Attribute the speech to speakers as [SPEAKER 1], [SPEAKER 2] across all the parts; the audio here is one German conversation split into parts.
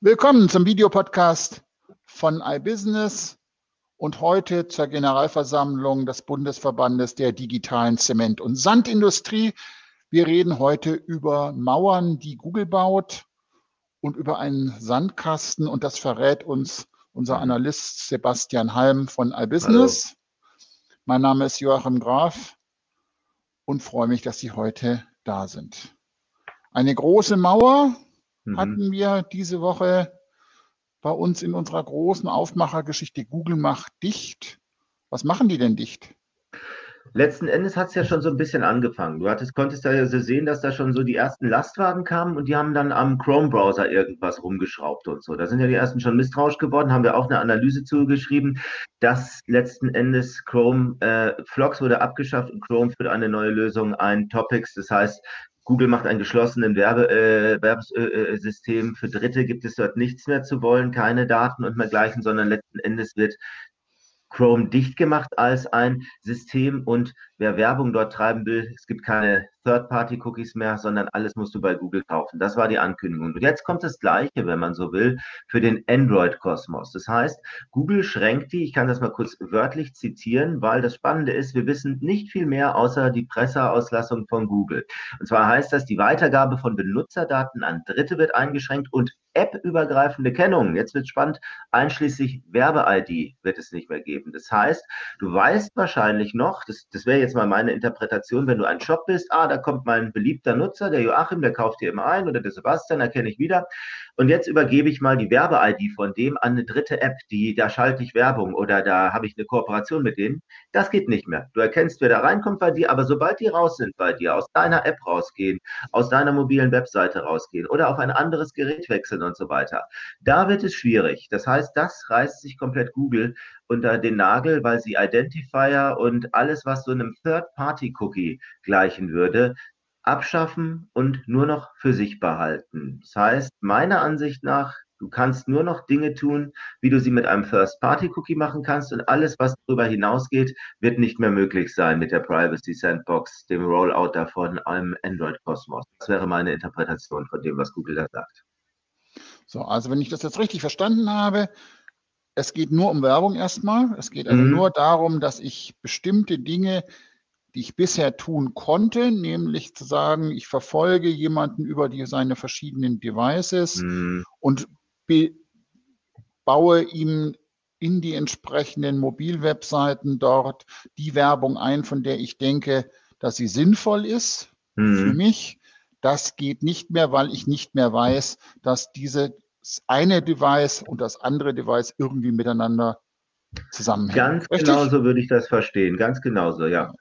[SPEAKER 1] Willkommen zum Videopodcast von iBusiness und heute zur Generalversammlung des Bundesverbandes der digitalen Zement- und Sandindustrie. Wir reden heute über Mauern, die Google baut und über einen Sandkasten, und das verrät uns unser Analyst Sebastian Halm von iBusiness. Mein Name ist Joachim Graf und freue mich, dass Sie heute da sind. Eine große Mauer hatten wir diese Woche bei uns in unserer großen Aufmachergeschichte. Google macht dicht. Was machen die denn dicht?
[SPEAKER 2] Letzten Endes hat es ja schon so ein bisschen angefangen. Konntest ja so sehen, dass da schon so die ersten Lastwagen kamen und die haben dann am Chrome-Browser irgendwas rumgeschraubt und so. Da sind ja die ersten schon misstrauisch geworden, haben wir auch eine Analyse zugeschrieben, dass letzten Endes Flux wurde abgeschafft und Chrome führt eine neue Lösung ein, Topics. Das heißt, Google macht ein geschlossenes Werbesystem. Für Dritte gibt es dort nichts mehr zu wollen, keine Daten und dergleichen, sondern letzten Endes wird Chrome dicht gemacht als ein System und wer Werbung dort treiben will, es gibt keine Third-Party-Cookies mehr, sondern alles musst du bei Google kaufen. Das war die Ankündigung. Und jetzt kommt das Gleiche, wenn man so will, für den Android-Kosmos. Das heißt, Google schränkt die, ich kann das mal kurz wörtlich zitieren, weil das Spannende ist, wir wissen nicht viel mehr außer die Presseauslassung von Google. Und zwar heißt das, die Weitergabe von Benutzerdaten an Dritte wird eingeschränkt und App-übergreifende Kennung, jetzt wird spannend, einschließlich Werbe-ID wird es nicht mehr geben. Das heißt, du weißt wahrscheinlich noch, das wäre jetzt mal meine Interpretation, wenn du ein Shop bist, da kommt mein beliebter Nutzer, der Joachim, der kauft hier immer ein, oder der Sebastian, erkenne ich wieder. Und jetzt übergebe ich mal die Werbe-ID von dem an eine dritte App, da schalte ich Werbung oder da habe ich eine Kooperation mit denen. Das geht nicht mehr. Du erkennst, wer da reinkommt bei dir, aber sobald die raus sind bei dir, aus deiner App rausgehen, aus deiner mobilen Webseite rausgehen oder auf ein anderes Gerät wechseln und so weiter, da wird es schwierig. Das heißt, das reißt sich komplett Google unter den Nagel, weil sie Identifier und alles, was so einem Third-Party-Cookie gleichen würde, abschaffen und nur noch für sich behalten. Das heißt, meiner Ansicht nach, du kannst nur noch Dinge tun, wie du sie mit einem First-Party-Cookie machen kannst und alles, was darüber hinausgeht, wird nicht mehr möglich sein mit der Privacy Sandbox, dem Rollout davon, einem Android-Kosmos. Das wäre meine Interpretation von dem, was Google da sagt.
[SPEAKER 1] So, also wenn ich das jetzt richtig verstanden habe, es geht nur um Werbung erstmal. Es geht also nur darum, dass ich bestimmte Dinge, die ich bisher tun konnte, nämlich zu sagen, ich verfolge jemanden über seine verschiedenen Devices und baue ihm in die entsprechenden Mobilwebseiten dort die Werbung ein, von der ich denke, dass sie sinnvoll ist für mich. Das geht nicht mehr, weil ich nicht mehr weiß, dass dieses eine Device und das andere Device irgendwie miteinander zusammenhängen.
[SPEAKER 2] Ganz
[SPEAKER 1] Richtig?
[SPEAKER 2] genauso würde ich das verstehen. Ganz genauso, ja.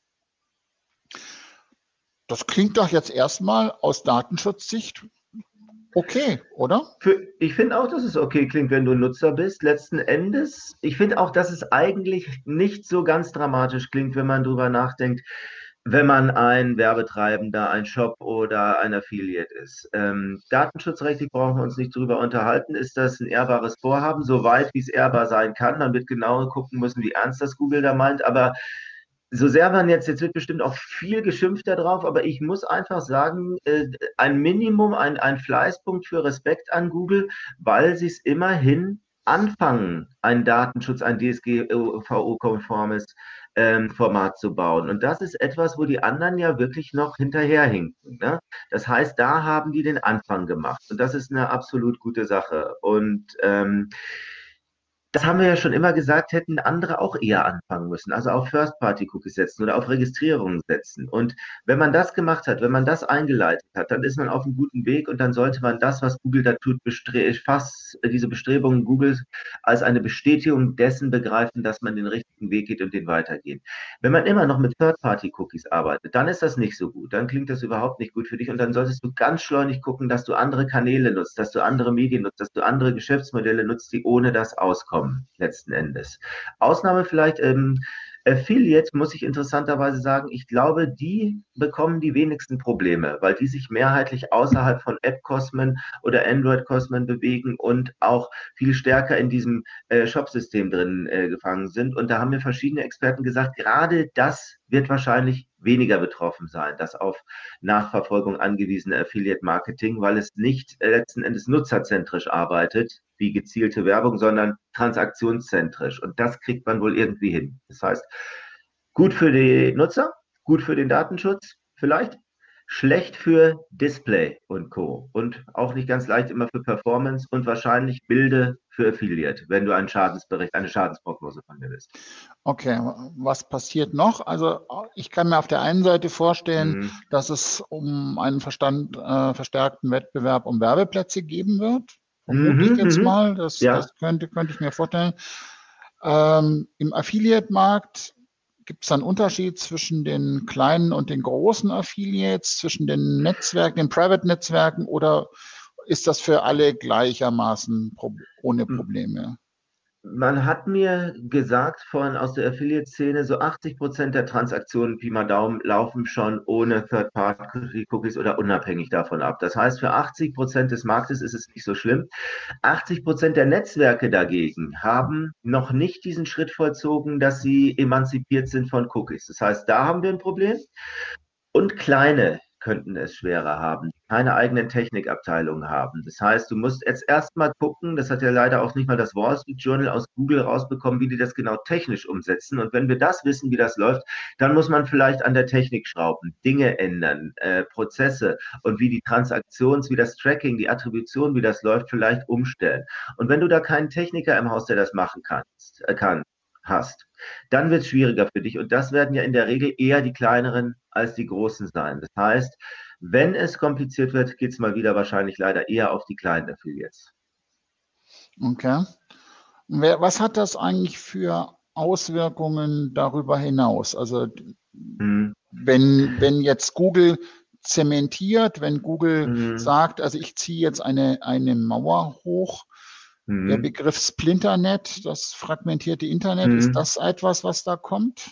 [SPEAKER 1] Das klingt doch jetzt erstmal aus Datenschutzsicht okay, oder?
[SPEAKER 2] Ich finde auch, dass es okay klingt, wenn du Nutzer bist. Letzten Endes, ich finde auch, dass es eigentlich nicht so ganz dramatisch klingt, wenn man drüber nachdenkt, wenn man ein Werbetreibender, ein Shop oder ein Affiliate ist. Datenschutzrechtlich brauchen wir uns nicht drüber unterhalten. Ist das ein ehrbares Vorhaben, so weit wie es ehrbar sein kann? Man wird genau gucken müssen, wie ernst das Google da meint. Aber so sehr man jetzt wird bestimmt auch viel geschimpft darauf, aber ich muss einfach sagen, ein Minimum, ein Fleißpunkt für Respekt an Google, weil sie es immerhin anfangen, einen Datenschutz, ein DSGVO-konformes Format zu bauen. Und das ist etwas, wo die anderen ja wirklich noch hinterherhinken. Ne? Das heißt, da haben die den Anfang gemacht. Und das ist eine absolut gute Sache. Und das haben wir ja schon immer gesagt, hätten andere auch eher anfangen müssen, also auf First-Party-Cookies setzen oder auf Registrierung setzen. Und wenn man das gemacht hat, wenn man das eingeleitet hat, dann ist man auf einem guten Weg und dann sollte man das, was Google da tut, fast diese Bestrebungen Googles als eine Bestätigung dessen begreifen, dass man den richtigen Weg geht und den weitergeht. Wenn man immer noch mit Third-Party-Cookies arbeitet, dann ist das nicht so gut. Dann klingt das überhaupt nicht gut für dich und dann solltest du ganz schleunig gucken, dass du andere Kanäle nutzt, dass du andere Medien nutzt, dass du andere Geschäftsmodelle nutzt, die ohne das auskommen letzten Endes. Ausnahme vielleicht Affiliate, muss ich interessanterweise sagen, ich glaube, die bekommen die wenigsten Probleme, weil die sich mehrheitlich außerhalb von App-Kosmen oder Android-Kosmen bewegen und auch viel stärker in diesem Shop-System drin gefangen sind. Und da haben mir verschiedene Experten gesagt, gerade das wird wahrscheinlich weniger betroffen sein, das auf Nachverfolgung angewiesene Affiliate-Marketing, weil es nicht letzten Endes nutzerzentrisch arbeitet, wie gezielte Werbung, sondern transaktionszentrisch. Und das kriegt man wohl irgendwie hin. Das heißt, gut für die Nutzer, gut für den Datenschutz, vielleicht schlecht für Display und Co. Und auch nicht ganz leicht immer für Performance und wahrscheinlich bilde für Affiliate, wenn du einen Schadensbericht, eine Schadensprognose von mir willst.
[SPEAKER 1] Okay, was passiert noch? Also ich kann mir auf der einen Seite vorstellen,
[SPEAKER 2] Mhm.
[SPEAKER 1] dass es um einen verstärkten Wettbewerb um Werbeplätze geben wird. Vermute ich jetzt mal. Das
[SPEAKER 2] Ja.
[SPEAKER 1] könnte ich mir vorstellen. Im Affiliate-Markt gibt es einen Unterschied zwischen den kleinen und den großen Affiliates, zwischen den Netzwerken, den Private-Netzwerken, oder ist das für alle gleichermaßen ohne Probleme?
[SPEAKER 2] Man hat mir gesagt aus der Affiliate-Szene, so 80% der Transaktionen, Pi mal Daumen, laufen schon ohne Third-Party-Cookies oder unabhängig davon ab. Das heißt, für 80% des Marktes ist es nicht so schlimm. 80% der Netzwerke dagegen haben noch nicht diesen Schritt vollzogen, dass sie emanzipiert sind von Cookies. Das heißt, da haben wir ein Problem. Und kleine könnten es schwerer haben, keine eigenen Technikabteilungen haben. Das heißt, du musst jetzt erstmal gucken, das hat ja leider auch nicht mal das Wall Street Journal aus Google rausbekommen, wie die das genau technisch umsetzen. Und wenn wir das wissen, wie das läuft, dann muss man vielleicht an der Technik schrauben, Dinge ändern, Prozesse und wie die wie das Tracking, die Attribution, wie das läuft, vielleicht umstellen. Und wenn du da keinen Techniker im Haus, der das machen hast, dann wird es schwieriger für dich. Und das werden ja in der Regel eher die kleineren als die großen sein. Das heißt, wenn es kompliziert wird, geht es mal wieder wahrscheinlich leider eher auf die kleinen Affiliates.
[SPEAKER 1] Okay. Was hat das eigentlich für Auswirkungen darüber hinaus? Also wenn jetzt Google zementiert, wenn Google sagt, also ich ziehe jetzt eine Mauer hoch, der Begriff Splinternet, das fragmentierte Internet, ist das etwas, was da kommt?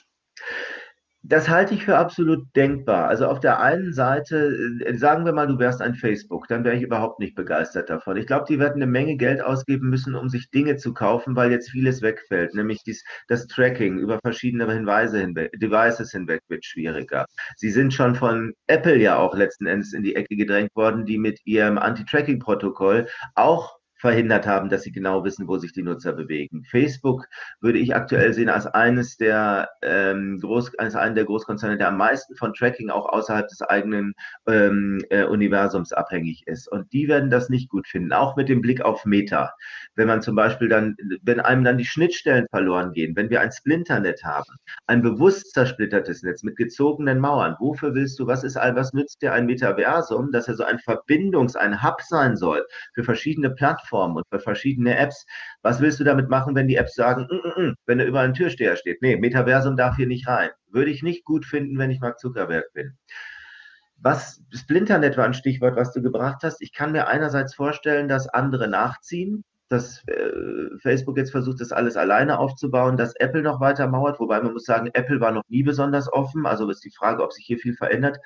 [SPEAKER 2] Das halte ich für absolut denkbar. Also auf der einen Seite, sagen wir mal, du wärst ein Facebook, dann wäre ich überhaupt nicht begeistert davon. Ich glaube, die werden eine Menge Geld ausgeben müssen, um sich Dinge zu kaufen, weil jetzt vieles wegfällt. Nämlich das Tracking über verschiedene Devices hinweg wird schwieriger. Sie sind schon von Apple ja auch letzten Endes in die Ecke gedrängt worden, die mit ihrem Anti-Tracking-Protokoll auch verhindert haben, dass sie genau wissen, wo sich die Nutzer bewegen. Facebook würde ich aktuell sehen als einen der Großkonzerne, der am meisten von Tracking auch außerhalb des eigenen Universums abhängig ist. Und die werden das nicht gut finden, auch mit dem Blick auf Meta. Wenn man zum Beispiel wenn einem dann die Schnittstellen verloren gehen, wenn wir ein Splinternet haben, ein bewusst zersplittertes Netz mit gezogenen Mauern, wofür willst du, was nützt dir ein Metaversum, dass er so ein Hub sein soll für verschiedene Plattformen und für verschiedene Apps? Was willst du damit machen, wenn die Apps sagen, wenn da überall ein Türsteher steht? Nee, Metaversum darf hier nicht rein. Würde ich nicht gut finden, wenn ich Mark Zuckerberg bin. Splinternet war ein Stichwort, was du gebracht hast. Ich kann mir einerseits vorstellen, dass andere nachziehen, dass Facebook jetzt versucht, das alles alleine aufzubauen, dass Apple noch weiter mauert, wobei man muss sagen, Apple war noch nie besonders offen. Also ist die Frage, ob sich hier viel verändert.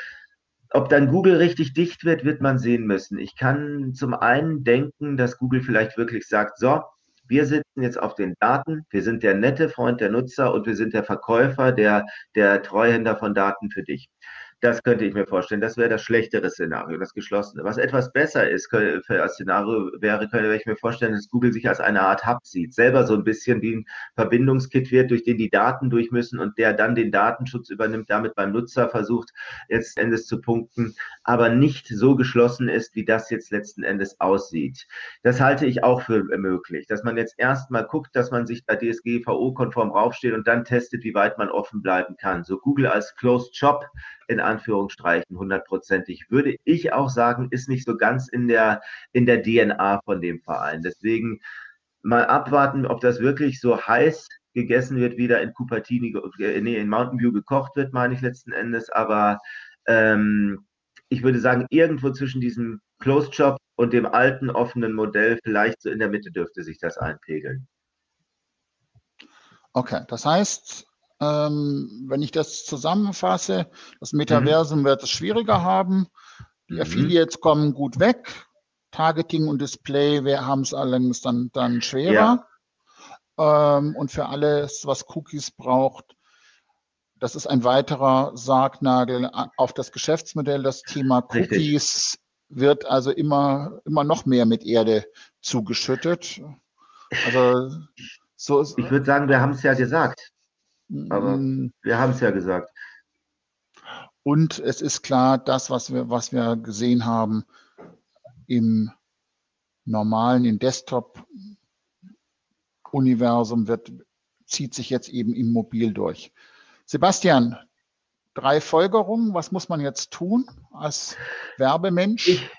[SPEAKER 2] Ob dann Google richtig dicht wird man sehen müssen. Ich kann zum einen denken, dass Google vielleicht wirklich sagt, so, wir sitzen jetzt auf den Daten, wir sind der nette Freund der Nutzer und wir sind der Verkäufer, der Treuhänder von Daten für dich. Das könnte ich mir vorstellen. Das wäre das schlechtere Szenario, das geschlossene. Was etwas besser ist für das Szenario könnte ich mir vorstellen, dass Google sich als eine Art Hub sieht. Selber so ein bisschen wie ein Verbindungskit wird, durch den die Daten durch müssen und der dann den Datenschutz übernimmt, damit beim Nutzer versucht, letzten Endes zu punkten, aber nicht so geschlossen ist, wie das jetzt letzten Endes aussieht. Das halte ich auch für möglich, dass man jetzt erstmal guckt, dass man sich da DSGVO-konform raufsteht und dann testet, wie weit man offen bleiben kann. So Google als Closed Shop in Anführungsstrichen 100%ig, würde ich auch sagen, ist nicht so ganz in der DNA von dem Verein. Deswegen mal abwarten, ob das wirklich so heiß gegessen wird, wieder in Cupertini, in Mountain View gekocht wird, meine ich letzten Endes. Aber ich würde sagen, irgendwo zwischen diesem Closed Shop und dem alten offenen Modell, vielleicht so in der Mitte dürfte sich das einpegeln.
[SPEAKER 1] Okay, das heißt, wenn ich das zusammenfasse, das Metaversum wird es schwieriger haben, die Affiliates kommen gut weg, Targeting und Display, wir haben es allerdings dann schwerer. Ja. Und für alles, was Cookies braucht, Das ist ein weiterer Sargnagel auf das Geschäftsmodell. Das Thema
[SPEAKER 2] Richtig.
[SPEAKER 1] Cookies wird also immer noch mehr mit Erde zugeschüttet. Also so ist,
[SPEAKER 2] Ich würde sagen, wir haben es ja gesagt, aber
[SPEAKER 1] mm,
[SPEAKER 2] wir haben es ja gesagt.
[SPEAKER 1] und es ist klar, das, was wir gesehen haben im normalen, im Desktop-Universum, zieht sich jetzt eben im Mobil durch. Sebastian, 3 Folgerungen. Was muss man jetzt tun als Werbemensch?
[SPEAKER 2] Ich,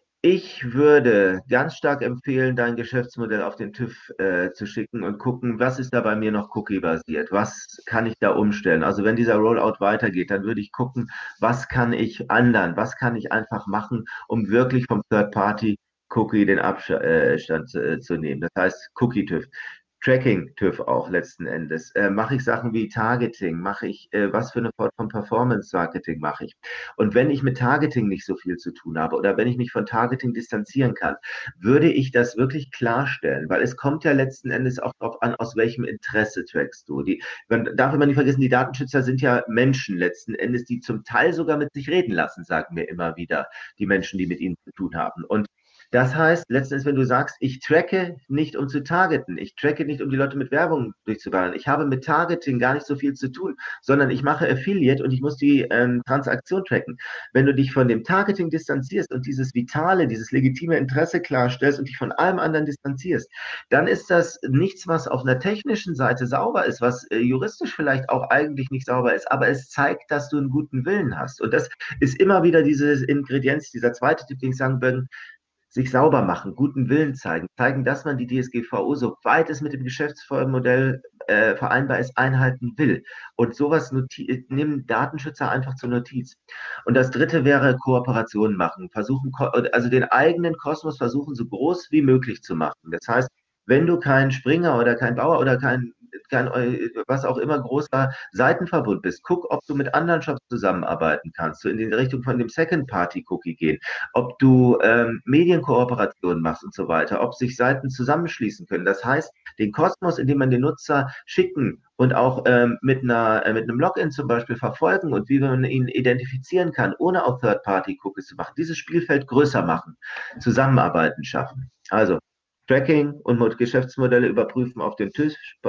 [SPEAKER 2] ich würde ganz stark empfehlen, dein Geschäftsmodell auf den TÜV zu schicken und gucken, was ist da bei mir noch Cookie-basiert? Was kann ich da umstellen? Also wenn dieser Rollout weitergeht, dann würde ich gucken, was kann ich ändern? Was kann ich einfach machen, um wirklich vom Third-Party-Cookie den Abstand zu nehmen? Das heißt Cookie-TÜV. Tracking-TÜV auch letzten Endes. Mache ich Sachen wie Targeting? Mache ich, was für eine Form von Performance-Marketing mache ich? Und wenn ich mit Targeting nicht so viel zu tun habe oder wenn ich mich von Targeting distanzieren kann, würde ich das wirklich klarstellen, weil es kommt ja letzten Endes auch darauf an, aus welchem Interesse trackst du. Man darf immer nicht vergessen, die Datenschützer sind ja Menschen letzten Endes, die zum Teil sogar mit sich reden lassen, sagen wir immer wieder, die Menschen, die mit ihnen zu tun haben. Und das heißt, letztens, wenn du sagst, ich tracke nicht, um zu targeten, ich tracke nicht, um die Leute mit Werbung durchzuballern, ich habe mit Targeting gar nicht so viel zu tun, sondern ich mache Affiliate und ich muss die Transaktion tracken. Wenn du dich von dem Targeting distanzierst und dieses vitale, dieses legitime Interesse klarstellst und dich von allem anderen distanzierst, dann ist das nichts, was auf einer technischen Seite sauber ist, was juristisch vielleicht auch eigentlich nicht sauber ist, aber es zeigt, dass du einen guten Willen hast. Und das ist immer wieder diese Ingredienz, dieser zweite Tipp, den ich sagen würde, sich sauber machen, guten Willen zeigen, dass man die DSGVO, soweit es mit dem Geschäftsmodell vereinbar ist, einhalten will. Und sowas nehmen Datenschützer einfach zur Notiz. Und das dritte wäre Kooperation machen, versuchen, also den eigenen Kosmos versuchen, so groß wie möglich zu machen. Das heißt, wenn du kein Springer oder kein Bauer oder kein was auch immer großer Seitenverbund bist, guck, ob du mit anderen Shops zusammenarbeiten kannst, so in die Richtung von dem Second-Party-Cookie gehen, ob du Medienkooperationen machst und so weiter, ob sich Seiten zusammenschließen können. Das heißt, den Kosmos, in dem man den Nutzer schicken und auch mit einem Login zum Beispiel verfolgen und wie man ihn identifizieren kann, ohne auch Third-Party-Cookies zu machen, dieses Spielfeld größer machen, Zusammenarbeiten schaffen. Also Tracking und Geschäftsmodelle überprüfen auf den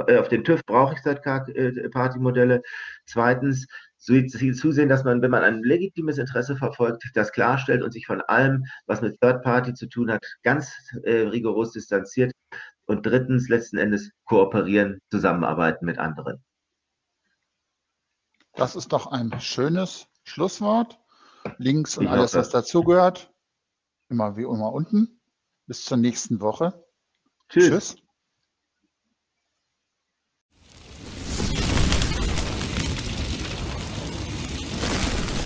[SPEAKER 2] TÜV brauche ich Third-Party-Modelle. Zweitens, zusehen, dass man, wenn man ein legitimes Interesse verfolgt, das klarstellt und sich von allem, was mit Third Party zu tun hat, ganz rigoros distanziert. Und drittens, letzten Endes kooperieren, zusammenarbeiten mit anderen.
[SPEAKER 1] Das ist doch ein schönes Schlusswort. Links und
[SPEAKER 2] Ich
[SPEAKER 1] alles, was
[SPEAKER 2] hoffe.
[SPEAKER 1] dazugehört, immer wie immer unten. Bis zur nächsten Woche.
[SPEAKER 2] Tschüss.
[SPEAKER 1] Tschüss.